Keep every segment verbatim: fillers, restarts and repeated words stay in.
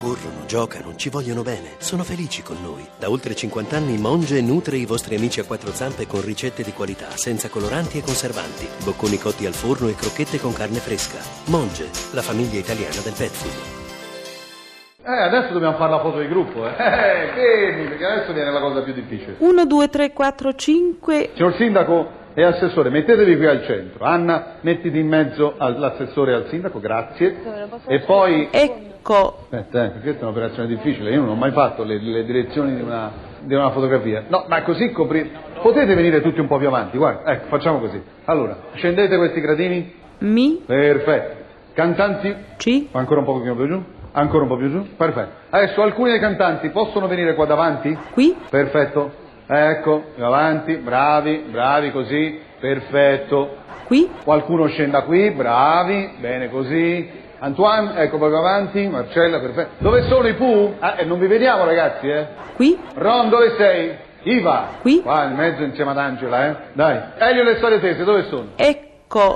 Corrono, giocano, ci vogliono bene, sono felici con noi. Da oltre cinquanta anni Monge nutre i vostri amici a quattro zampe con ricette di qualità, senza coloranti e conservanti, bocconi cotti al forno e crocchette con carne fresca. Monge, la famiglia italiana del pet food. Eh, adesso dobbiamo fare la foto di gruppo, eh. Eh, fermi, perché adesso viene la cosa più difficile. uno, due, tre, quattro, cinque. Signor Sindaco e Assessore, mettetevi qui al centro. Anna, mettiti in mezzo all'assessore e al Sindaco, grazie. E poi... Ecco. Aspetta, eh, perché questa è un'operazione difficile, io non ho mai fatto le, le direzioni di una, di una fotografia. No, ma così coprire... Potete venire tutti un po' più avanti, guarda, ecco, facciamo così. Allora, scendete questi gradini. Mi. Perfetto. Cantanti. C. Ancora un po' più giù. Ancora un po' più giù. Perfetto. Adesso alcuni dei cantanti possono venire qua davanti? Qui. Perfetto. Ecco, avanti, bravi, bravi così. Perfetto. Qui. Qualcuno scenda qui, bravi, bene così. Antoine, ecco proprio avanti, Marcella, perfetto. Dove sono i Pooh? Ah, eh, non vi vediamo ragazzi, eh? Qui. Ron, dove sei? Iva. Qui. Qua in mezzo insieme ad Angela, eh? Dai. Elio e le storie tese, dove sono? Ecco.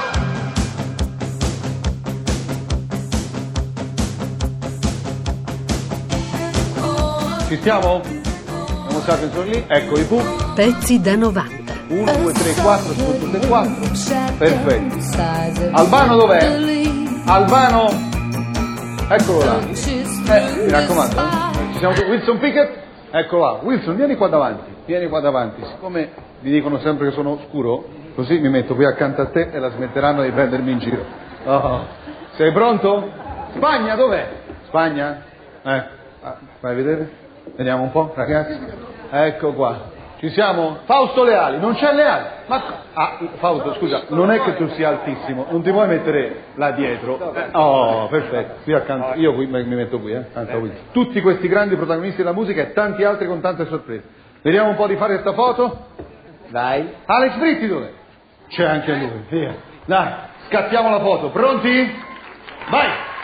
Ci stiamo? Abbiamo stato in lì? Ecco i Pooh. Pezzi da novanta. uno, due, tre, quattro, sono tutte e quattro. Perfetto. Albano dov'è? Albano, eccolo là. Eh, mi raccomando, eh. Ci siamo tu, Wilson Pickett, eccolo là. Wilson, vieni qua davanti, vieni qua davanti. Siccome mi dicono sempre che sono scuro, così mi metto qui accanto a te e la smetteranno di prendermi in giro. Oh. Sei pronto? Spagna, dov'è? Spagna? Eh, vai a vedere? Vediamo un po', ragazzi. Ecco qua. Ci siamo? Fausto Leali, non c'è Leali? Ma... Ah, Fausto, scusa, non è che tu sia altissimo, non ti puoi mettere là dietro. Oh, perfetto, qui accanto, io qui, mi metto qui, eh, accanto a Wilson. Tutti questi grandi protagonisti della musica e tanti altri con tante sorprese. Vediamo un po' di fare questa foto. Dai. Alex Britti dove? C'è anche lui, via. Dai, scattiamo la foto, pronti? Vai!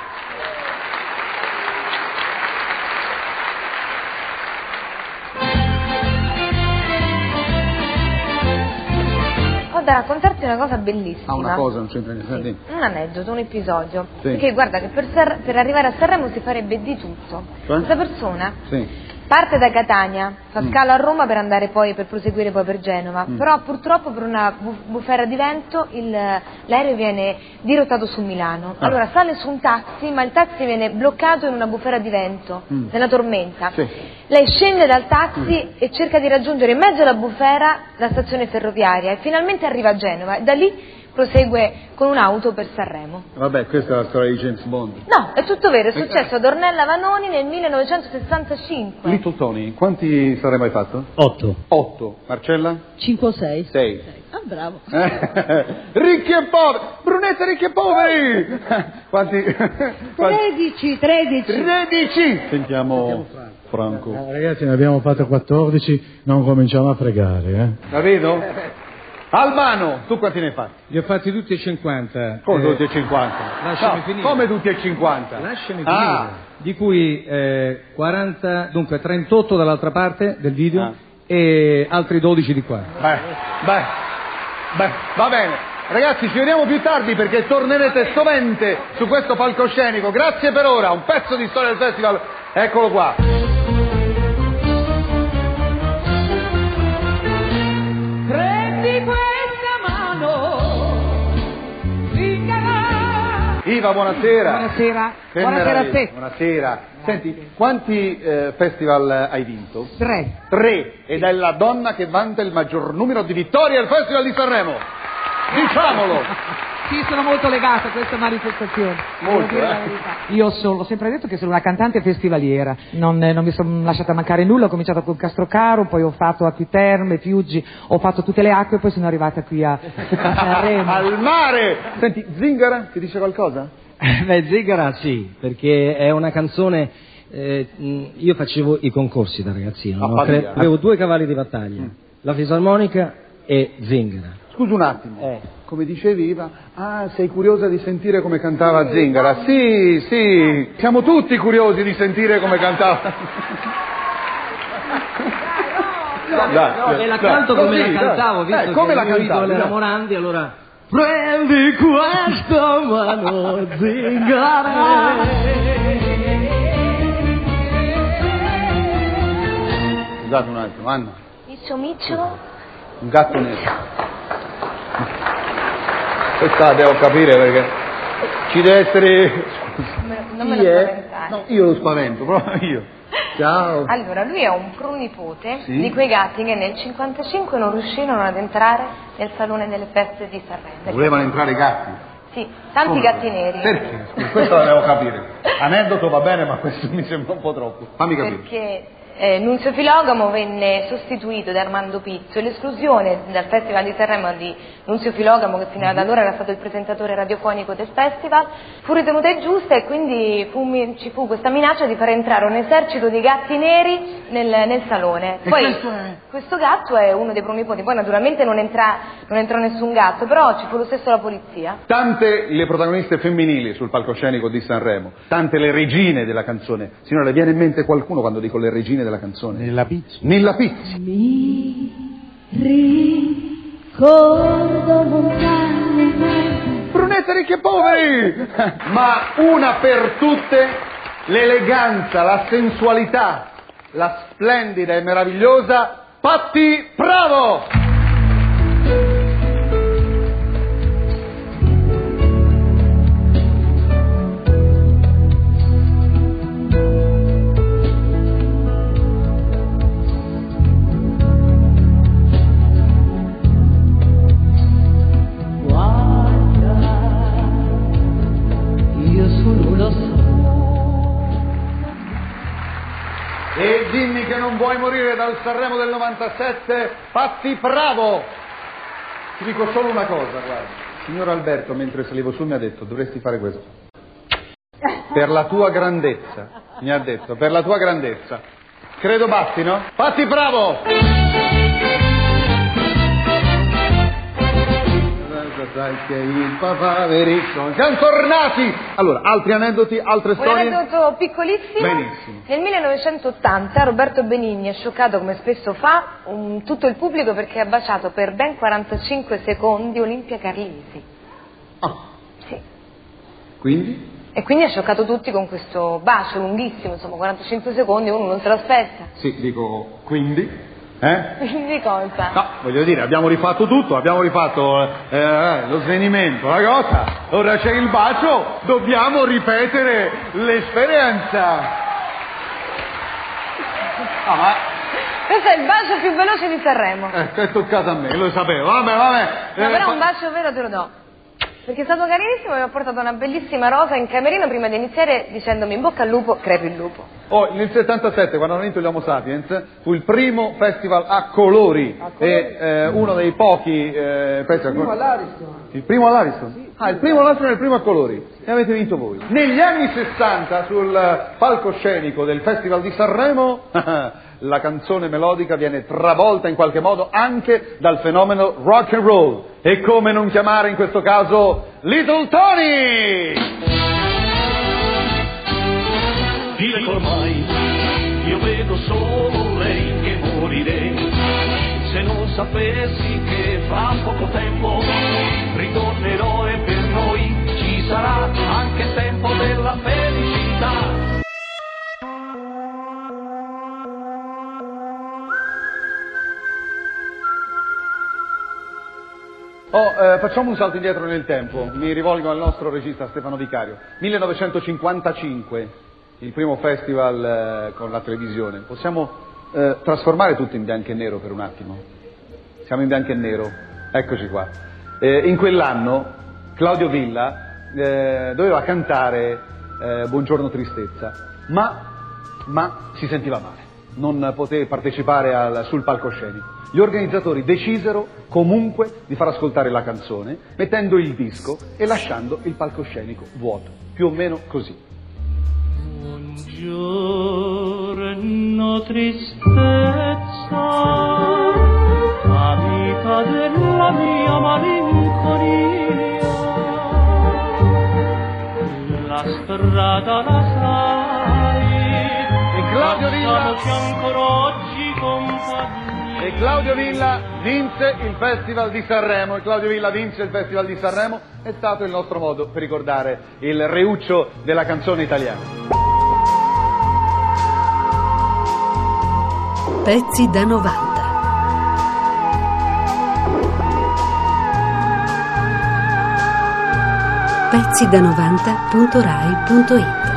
Da raccontarti una cosa bellissima. Ah, una cosa, non c'entra niente. Sì, un aneddoto, un episodio. Sì. Perché guarda che per, San... per arrivare a Sanremo si farebbe di tutto. Cioè? Questa persona sì. parte da Catania, fa mm. scalo a Roma per andare poi, per proseguire poi per Genova, mm. però purtroppo per una bu- bufera di vento il, l'aereo viene dirottato su Milano. Ah. Allora sale su un taxi, ma il taxi viene bloccato in una bufera di vento, mm. nella tormenta. Sì. Lei scende dal taxi mm. e cerca di raggiungere in mezzo alla bufera la stazione ferroviaria e finalmente arriva a Genova e da lì prosegue con un'auto per Sanremo. Vabbè, questa è la storia di James Bond. No, è tutto vero, è successo ad Ornella Vanoni nel millenovecentosessantacinque. Little Tony, quanti Sanremo hai fatto? Otto. Otto. Marcella? Cinque o sei? Sei. Ah, bravo. Ricchi e poveri! Brunetta, ricchi e poveri! Quanti? Tredici, tredici. Tredici! Sentiamo Franco. Eh, ragazzi, ne abbiamo fatto quattordici, non cominciamo a fregare, eh. La vedo? Albano, tu quanti ne hai fatti? Li ho fatti tutti e cinquanta. Come eh, tutti e cinquanta? Lasciami no, finire. Come tutti e cinquanta? Lasciami ah. finire. Di cui eh, quaranta, dunque trentotto dall'altra parte del video ah. e altri dodici di qua. Beh, beh, beh, va bene. Ragazzi, ci vediamo più tardi perché tornerete sovente su questo palcoscenico. Grazie per ora, un pezzo di storia del festival. Eccolo qua. Iva, buonasera. Buonasera. Che Buonasera a te. Buonasera. Senti, quanti eh, festival hai vinto? Tre. Tre. Ed è la donna che vanta il maggior numero di vittorie al Festival di Sanremo. Diciamolo. Sì, sono molto legata a questa manifestazione. Molto, Devo dire eh? la verità. Io sono, ho sempre detto che sono una cantante festivaliera, non, non mi sono lasciata mancare nulla, ho cominciato con Castrocaro, poi ho fatto Acqui Terme, Fiuggi, ho fatto tutte le acque e poi sono arrivata qui a, a Sanremo. Al mare! Senti, Zingara ti dice qualcosa? Beh, Zingara sì, perché è una canzone... Eh, io facevo i concorsi da ragazzino, no? Cre- avevo due cavalli di battaglia, mm. la fisarmonica e Zingara. Scusa un attimo, eh. come dicevi Iva, ah, sei curiosa di sentire come cantava Zingara? Sì, sì, siamo tutti curiosi di sentire come cantava. Dai, dai, no, e la canto dai, come così, la cantavo, visto eh, come che la il mio idolo era Morandi, allora prendi questa mano Zingara. scusate un attimo, Anna. Miccio Miccio. Un gatto nero. Questa la devo capire perché ci deve essere... Non me Chi lo è? spaventare. No, io lo spavento, proprio io. Ciao. Allora, lui è un pronipote Sì? di quei gatti che nel cinquantacinque non riuscirono ad entrare nel Salone delle Feste di Sanremo. Volevano entrare i gatti? Sì, tanti Come? gatti neri. Perché? Scusa, questo la devo capire. Aneddoto va bene, ma questo mi sembra un po' troppo. Fammi capire. Perché eh, Nunzio Filogamo venne sostituito da Armando Pizzo e l'esclusione dal Festival di Sanremo di Nunzio Filogamo, che fino ad allora era stato il presentatore radiofonico del festival, fu ritenuta ingiusta e quindi fu, ci fu questa minaccia di far entrare un esercito di gatti neri nel, nel salone. E Poi questo è? questo gatto è uno dei pronipoti, poi naturalmente non, entra, non entrò nessun gatto, però ci fu lo stesso la polizia. Tante le protagoniste femminili sul palcoscenico di Sanremo, tante le regine della canzone. Signora, le viene in mente qualcuno quando dico le regine della canzone? Nella Pizzi. Nella Pizzi. Mi ricordo lontano. Brunetta ricchi e poveri! Ma una per tutte, l'eleganza, la sensualità, la splendida e meravigliosa Patti Bravo! E dimmi che non vuoi morire dal Sanremo del novantasette, Patti Bravo! Ti dico solo una cosa, guarda. Signor Alberto, mentre salivo su, mi ha detto, dovresti fare questo. Per la tua grandezza, mi ha detto, per la tua grandezza. Credo basti, no? Patti Bravo! Sai che il papà verissimo. Siamo tornati! Allora, altri aneddoti, altre Un storie? aneddoto piccolissimo. Benissimo. Nel millenovecentottanta Roberto Benigni ha scioccato, come spesso fa, un, tutto il pubblico perché ha baciato per ben quarantacinque secondi Olimpia Carlisi. Ah, Sì. quindi? E quindi ha scioccato tutti con questo bacio lunghissimo, insomma, quarantacinque secondi, uno non se lo aspetta. Sì, dico, quindi? Eh? Quindi cosa? No, voglio dire, abbiamo rifatto tutto, abbiamo rifatto eh, lo svenimento, la cosa, ora c'è il bacio, dobbiamo ripetere l'esperienza. Ah, ma... Questo è il bacio più veloce di Sanremo. Ecco, è toccato a me, lo sapevo, vabbè, vabbè. No, Eh, però fa- un bacio vero te lo do. Perché è stato carinissimo e mi ha portato una bellissima rosa in camerino prima di iniziare dicendomi in bocca al lupo, crepi il lupo. Oh, nel settantasette, quando hanno vinto gli Homo Sapiens, fu il primo festival a colori, A colori. e eh, uno dei pochi eh, festival... Primo all'Ariston. Il primo all'Ariston? Ah, il primo all'Ariston e il primo a colori. E avete vinto voi. Negli anni sessanta, sul palcoscenico del Festival di Sanremo, la canzone melodica viene travolta in qualche modo anche dal fenomeno rock and roll. E come non chiamare in questo caso Little Tony! Dire che ormai io vedo solo lei che morirei. Se non sapessi che fra poco tempo ritornerò e per noi ci sarà anche il tempo della felicità. Oh, eh, facciamo un salto indietro nel tempo, mi rivolgo al nostro regista Stefano Vicario. millenovecentocinquantacinque, il primo festival eh, con la televisione. Possiamo eh, trasformare tutto in bianco e nero per un attimo? Siamo in bianco e nero, eccoci qua. Eh, in quell'anno Claudio Villa eh, doveva cantare eh, Buongiorno Tristezza, ma, ma si sentiva male, non poté partecipare al, sul palcoscenico. Gli organizzatori decisero comunque di far ascoltare la canzone, mettendo il disco e lasciando il palcoscenico vuoto, più o meno così. Buongiorno tristezza, amica della mia malinconia, la strada la sai, E Claudio Villa... ancora oggi compagnia. E Claudio Villa vinse il Festival di Sanremo, e Claudio Villa vinse il Festival di Sanremo, è stato il nostro modo per ricordare il reuccio della canzone italiana. Pezzi da novanta. pezzi da novanta punto rai punto it